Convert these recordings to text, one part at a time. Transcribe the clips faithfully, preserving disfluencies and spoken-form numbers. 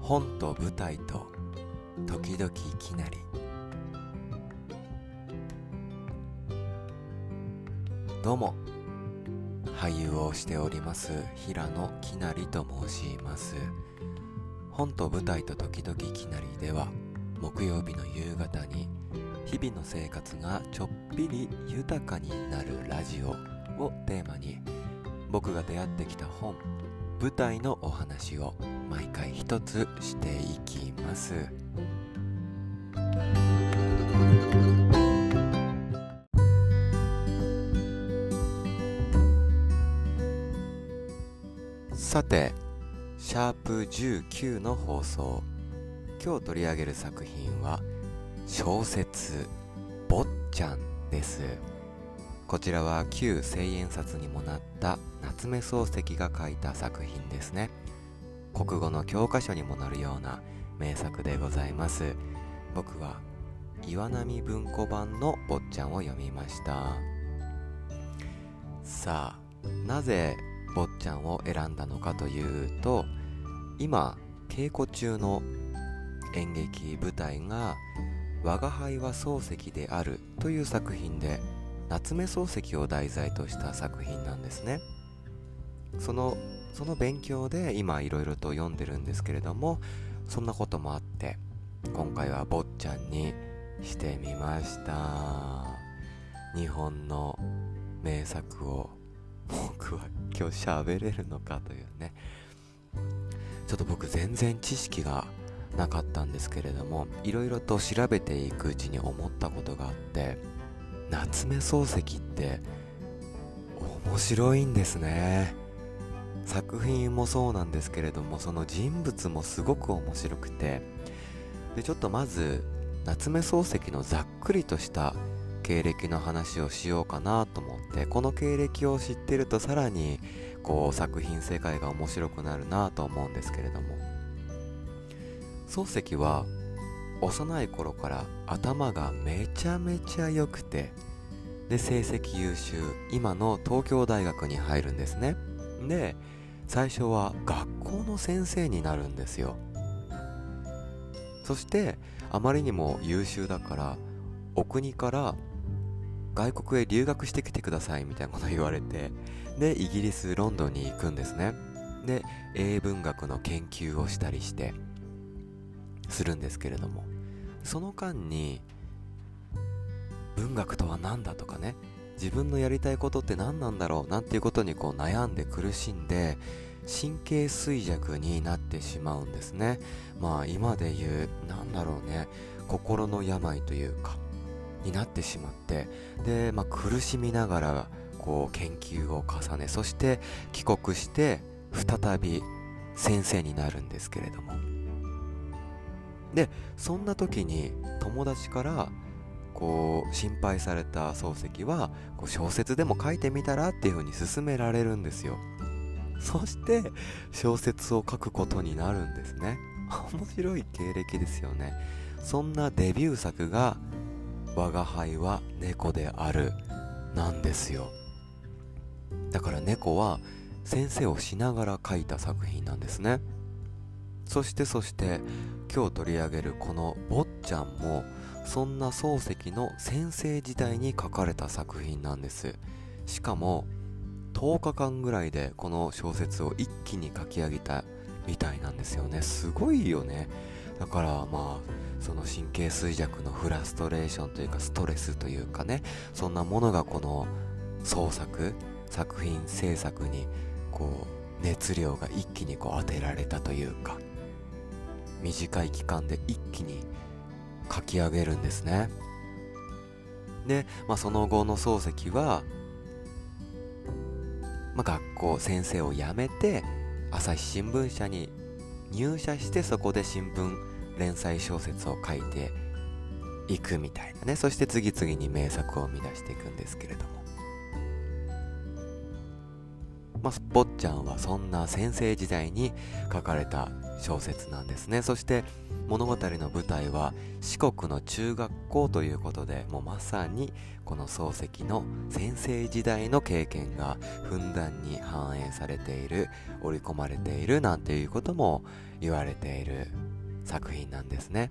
本と舞台と時々いきなり。どうも、俳優をしております平野きなりと申します。本と舞台と時々いきなりでは、木曜日の夕方に日々の生活がちょっぴり豊かになるラジオをテーマに、僕が出会ってきた本、舞台のお話を毎回一つしていきます。さて、シャープじゅうきゅうの放送、今日取り上げる作品は小説坊ちゃんです。こちらは旧千円札にもなった夏目漱石が書いた作品ですね。国語の教科書にもなるような名作でございます。僕は岩波文庫版の坊ちゃんを読みました。さあ、なぜ坊ちゃんを選んだのかというと、今稽古中の演劇舞台が吾輩は漱石であるという作品で、夏目漱石を題材とした作品なんですね。そのその勉強で今いろいろと読んでるんですけれども、そんなこともあって今回は坊ちゃんにしてみました。日本の名作を僕は今日喋れるのかというね。ちょっと僕全然知識がなかったんですけれども、いろいろと調べていくうちに思ったことがあって、夏目漱石って面白いんですね。作品もそうなんですけれども、その人物もすごく面白くて、でちょっとまず夏目漱石のざっくりとした経歴の話をしようかなと思って、この経歴を知ってるとさらにこう作品世界が面白くなるなと思うんですけれども、漱石は幼い頃から頭がめちゃめちゃ良くて、で成績優秀、今の東京大学に入るんですね。で最初は学校の先生になるんですよ。そしてあまりにも優秀だから、お国から外国へ留学してきてくださいみたいなこと言われて、でイギリスロンドンに行くんですね。で英文学の研究をしたりしてするんですけれども、その間に文学とは何だとかね、自分のやりたいことって何なんだろうなんていうことにこう悩んで苦しんで、神経衰弱になってしまうんですね。まあ今で言うなんだろうね、心の病というかになってしまって、で、まあ、苦しみながらこう研究を重ね、そして帰国して再び先生になるんですけれども、でそんな時に友達からこう心配された漱石は、こう小説でも書いてみたらっていう風に勧められるんですよ。そして小説を書くことになるんですね。面白い経歴ですよね。そんなデビュー作が吾輩は猫であるなんですよ。だから猫は先生をしながら書いた作品なんですね。そしてそして今日取り上げるこの坊ちゃんも、そんな漱石の先生時代に書かれた作品なんです。しかもとおかかんぐらいでこの小説を一気に書き上げたみたいなんですよね。すごいよね。だからまあその神経衰弱のフラストレーションというかストレスというかね、そんなものがこの創作作品制作にこう熱量が一気にこう当てられたというか、短い期間で一気に書き上げるんですね。で、まあ、その後の漱石は、まあ、学校先生を辞めて朝日新聞社に入社して、そこで新聞連載小説を書いていくみたいなね。そして次々に名作を生み出していくんですけれども、 まあ、坊ちゃんはそんな先生時代に書かれた小説なんですね。そして物語の舞台は四国の中学校ということで、もうまさにこの漱石の先生時代の経験がふんだんに反映されている、織り込まれているなんていうことも言われている作品なんですね。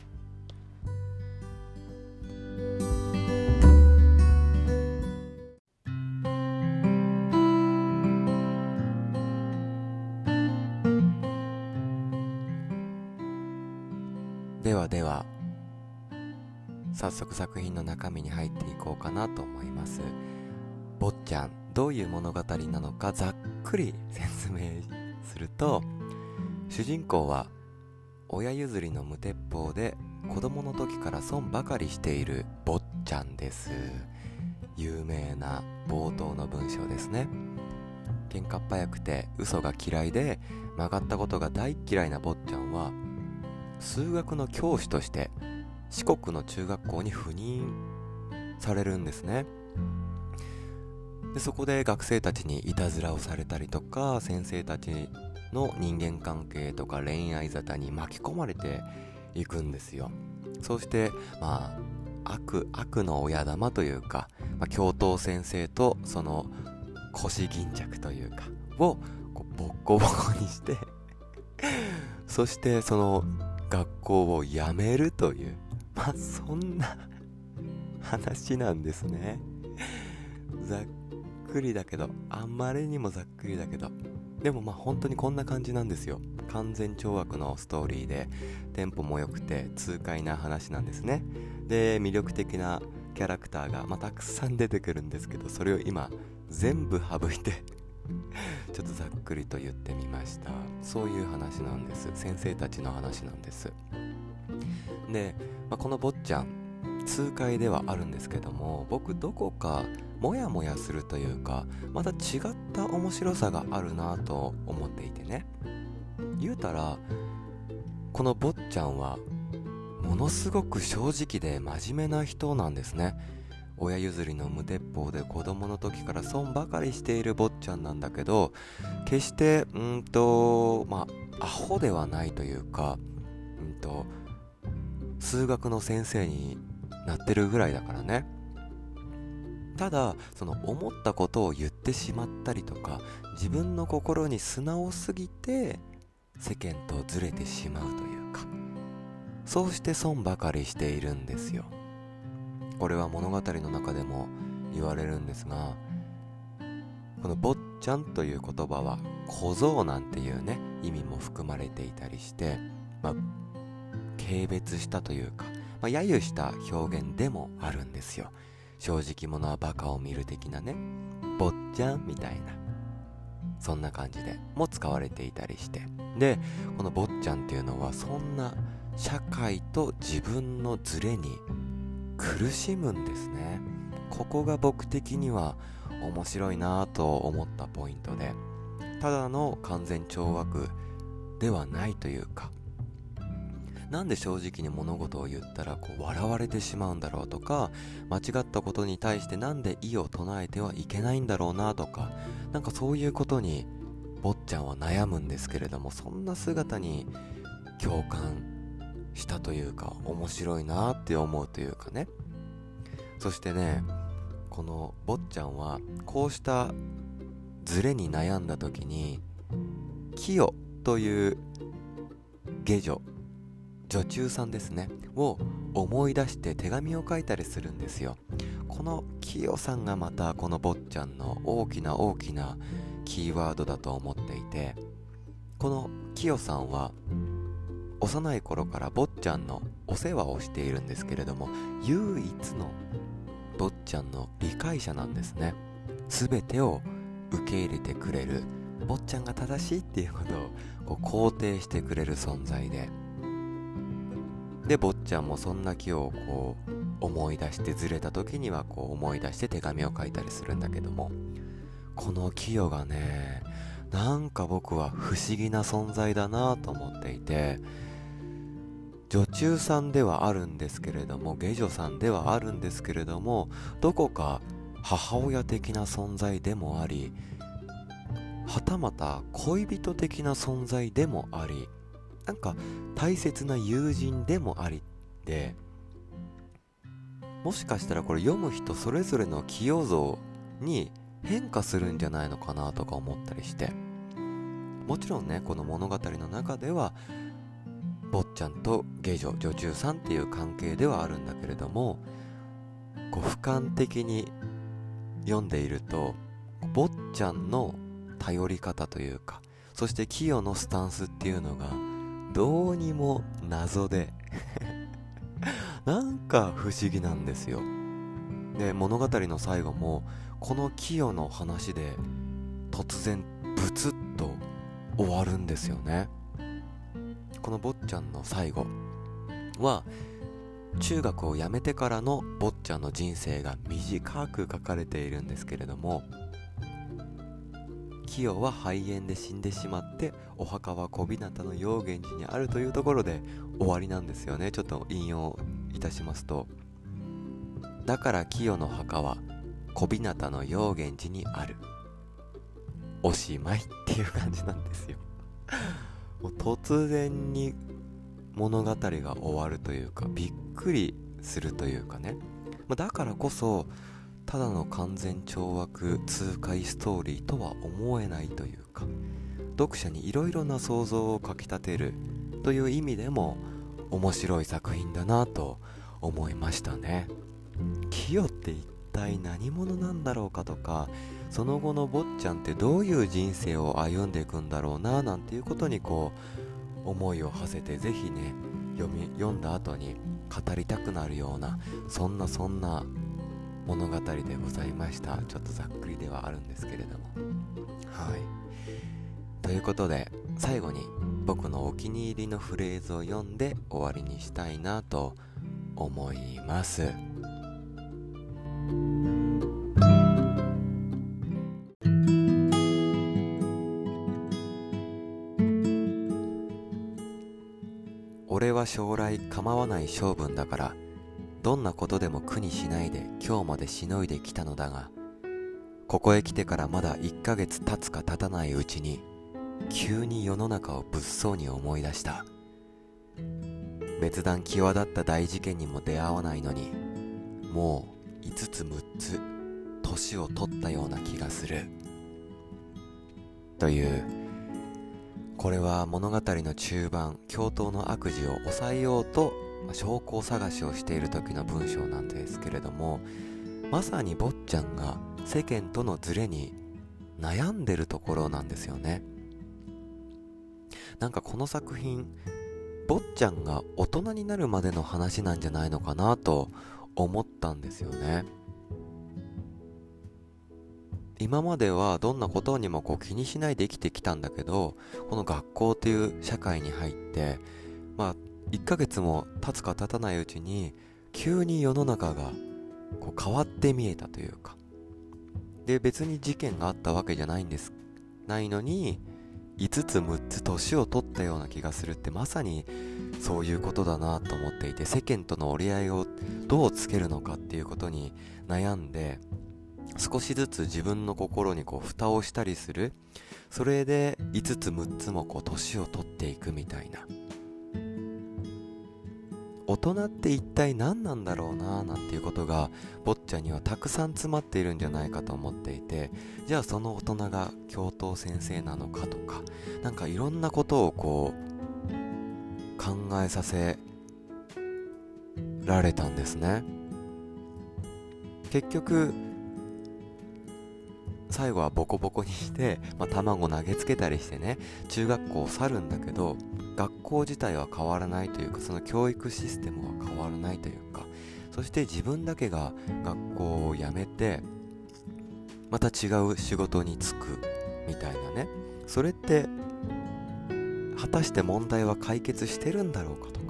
ではでは早速作品の中身に入っていこうかなと思います。坊ちゃん、どういう物語なのかざっくり説明すると、主人公は親譲りの無鉄砲で子供の時から損ばかりしている坊ちゃんです。有名な冒頭の文章ですね。喧嘩っ早くて嘘が嫌いで曲がったことが大嫌いな坊ちゃんは数学の教師として四国の中学校に赴任されるんですね。でそこで学生たちにいたずらをされたりとか、先生たちの人間関係とか恋愛沙汰に巻き込まれていくんですよ。そしてまあ悪悪の親玉というか、まあ、教頭先生とその腰巾着というかをこうボッコボコにしてそしてその学校を辞めるという、まあそんな話なんですね。ざっくりだけど、あんまりにもざっくりだけど、でもまあ本当にこんな感じなんですよ。完全懲悪のストーリーでテンポも良くて痛快な話なんですね。で魅力的なキャラクターが、まあ、たくさん出てくるんですけど、それを今全部省いてちょっとざっくりと言ってみました。そういう話なんです。先生たちの話なんです。で、まあ、この坊ちゃん痛快ではあるんですけども、僕どこかモヤモヤするというか、また違った面白さがあるなと思っていてね。言うたらこの坊ちゃんはものすごく正直で真面目な人なんですね。親譲りの無鉄砲で子供の時から損ばかりしている坊ちゃんなんだけど、決してうんとまあアホではないというか、うんと数学の先生になってるぐらいだからね。ただその思ったことを言ってしまったりとか、自分の心に素直すぎて世間とずれてしまうというか、そうして損ばかりしているんですよ。これは物語の中でも言われるんですが、この坊ちゃんという言葉は小僧なんていうね意味も含まれていたりして、まあ軽蔑したというか、まあ、揶揄した表現でもあるんですよ。正直者はバカを見る的なね、坊ちゃんみたいな、そんな感じでも使われていたりして、でこの坊ちゃんっていうのはそんな社会と自分のズレに苦しむんですね。ここが僕的には面白いなと思ったポイントで、ただの完全懲悪ではないというか、なんで正直に物事を言ったらこう笑われてしまうんだろうとか、間違ったことに対してなんで異を唱えてはいけないんだろうなとか、なんかそういうことに坊ちゃんは悩むんですけれども、そんな姿に共感したというか、面白いなって思うというかね。そしてね、この坊ちゃんはこうしたズレに悩んだ時に清という下女女中さんですねを思い出して手紙を書いたりするんですよ。この清さんがまたこの坊ちゃんの大きな大きなキーワードだと思っていて、この清さんは幼い頃から坊ちゃんのお世話をしているんですけれども、唯一の坊ちゃんの理解者なんですね。全てを受け入れてくれる、坊ちゃんが正しいっていうことをこう肯定してくれる存在で、で坊ちゃんもそんな清をこう思い出して、ずれた時にはこう思い出して手紙を書いたりするんだけども、この清がね、なんか僕は不思議な存在だなと思っていて、女中さんではあるんですけれども、下女さんではあるんですけれども、どこか母親的な存在でもあり、 はたまた恋人的な存在でもあり、なんか大切な友人でもありで、もしかしたらこれ読む人それぞれのキヨ像に変化するんじゃないのかなとか思ったりして、もちろんねこの物語の中では坊ちゃんと下女女中さんっていう関係ではあるんだけれども、こう俯瞰的に読んでいると坊ちゃんの頼り方というか、そしてキヨのスタンスっていうのがどうにも謎でなんか不思議なんですよ。で物語の最後もこのキヨの話で突然ブツッと終わるんですよね。この坊ちゃんの最後は中学を辞めてからの坊ちゃんの人生が短く書かれているんですけれども、キヨは肺炎で死んでしまってお墓は小日向の陽源寺にあるというところで終わりなんですよね。ちょっと引用いたしますと、だからキヨの墓は小日向の陽源寺にある、おしまいっていう感じなんですよもう突然に物語が終わるというか、びっくりするというかね、まあ、だからこそただの完全懲悪痛快ストーリーとは思えないというか、読者にいろいろな想像をかきたてるという意味でも面白い作品だなと思いましたね。キヨって一体何者なんだろうかとか、その後の坊ちゃんってどういう人生を歩んでいくんだろうななんていうことにこう思いを馳せて、ぜひね読み読んだ後に語りたくなるような、そんなそんな物語でございました。ちょっとざっくりではあるんですけれども、はい。ということで最後に僕のお気に入りのフレーズを読んで終わりにしたいなと思います。俺は将来構わない性分だから、どんなことでも苦にしないで今日までしのいできたのだが、ここへ来てからまだいっかげつ経つか経たないうちに急に世の中を物騒に思い出した。別段際立った大事件にも出会わないのに、もういつつむっつ年を取ったような気がするという、これは物語の中盤、教頭の悪事を抑えようと証拠探しをしている時の文章なんですけれども、まさに坊ちゃんが世間とのズレに悩んでるところなんですよね。なんかこの作品、坊ちゃんが大人になるまでの話なんじゃないのかなと思ったんですよね。今まではどんなことにもこう気にしないで生きてきたんだけど、この学校という社会に入ってまあいっかげつも経つか経たないうちに急に世の中がこう変わって見えたというか、で別に事件があったわけじゃないんですないのにいつつむっつ年を取ったような気がするって、まさにそういうことだなと思っていて、世間との折り合いをどうつけるのかっていうことに悩んで、少しずつ自分の心にこう蓋をしたりする、それでいつつむっつもこう年を取っていくみたいな、大人って一体何なんだろうななんていうことが坊ちゃんにはたくさん詰まっているんじゃないかと思っていて、じゃあその大人が教頭先生なのかとか、なんかいろんなことをこう考えさせられたんですね。結局最後はボコボコにして、まあ、卵投げつけたりしてね、中学校を去るんだけど、学校自体は変わらないというか、その教育システムは変わらないというか、そして自分だけが学校を辞めてまた違う仕事に就くみたいなね、それって果たして問題は解決してるんだろうかとか、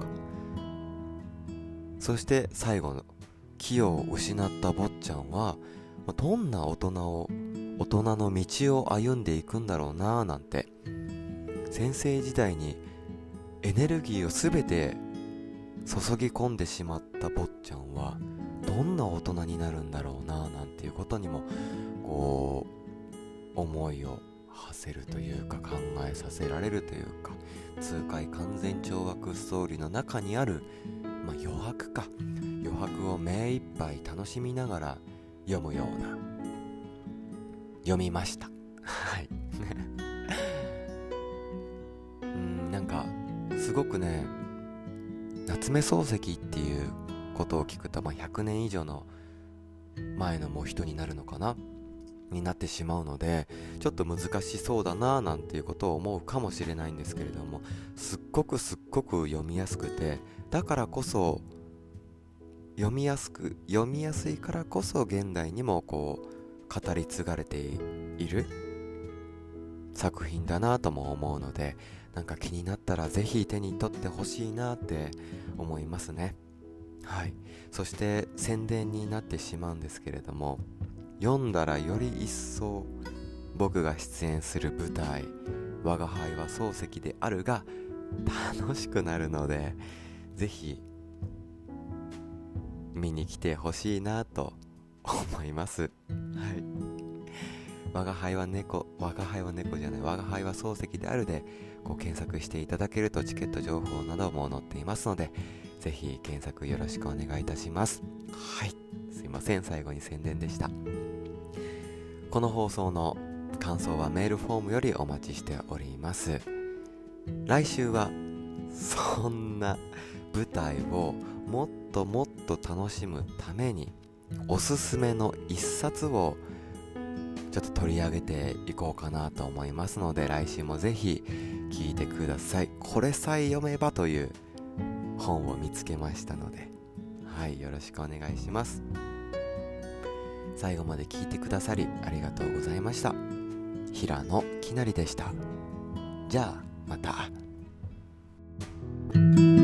そして最後のキヨを失った坊ちゃんはどんな大人を大人の道を歩んでいくんだろうななんて、先生時代にエネルギーを全て注ぎ込んでしまった坊ちゃんはどんな大人になるんだろうななんていうことにもこう思いをせるというか、考えさせられるというか、痛快完全懲悪ストーリーの中にある、まあ、余白か余白を目いっぱい楽しみながら読むような、読みましたはいうんなんかすごくね、夏目漱石っていうことを聞くと、まあ、ひゃくねん以上の前のもう人になるのかなになってしまうので、ちょっと難しそうだななんていうことを思うかもしれないんですけれども、すっごくすっごく読みやすくて、だからこそ読みやすく読みやすいからこそ現代にもこう語り継がれている作品だなとも思うので、なんか気になったらぜひ手に取ってほしいなって思いますね。はい。そして宣伝になってしまうんですけれども、読んだらより一層僕が出演する舞台「我が輩は漱石である」が楽しくなるので、ぜひ見に来てほしいなと思います。はい。我が輩は猫我が輩は猫じゃない我が輩は漱石であるでこう検索していただけるとチケット情報なども載っていますので、ぜひ検索よろしくお願いいたします。はい、すいません、最後に宣伝でした。この放送の感想はメールフォームよりお待ちしております。来週はそんな舞台をもっともっと楽しむためにおすすめの一冊をちょっと取り上げていこうかなと思いますので、来週もぜひ聞いてください。これさえ読めばという本を見つけましたので、はい、よろしくお願いします。最後まで聞いてくださりありがとうございました。平野きなりでした。じゃあまた。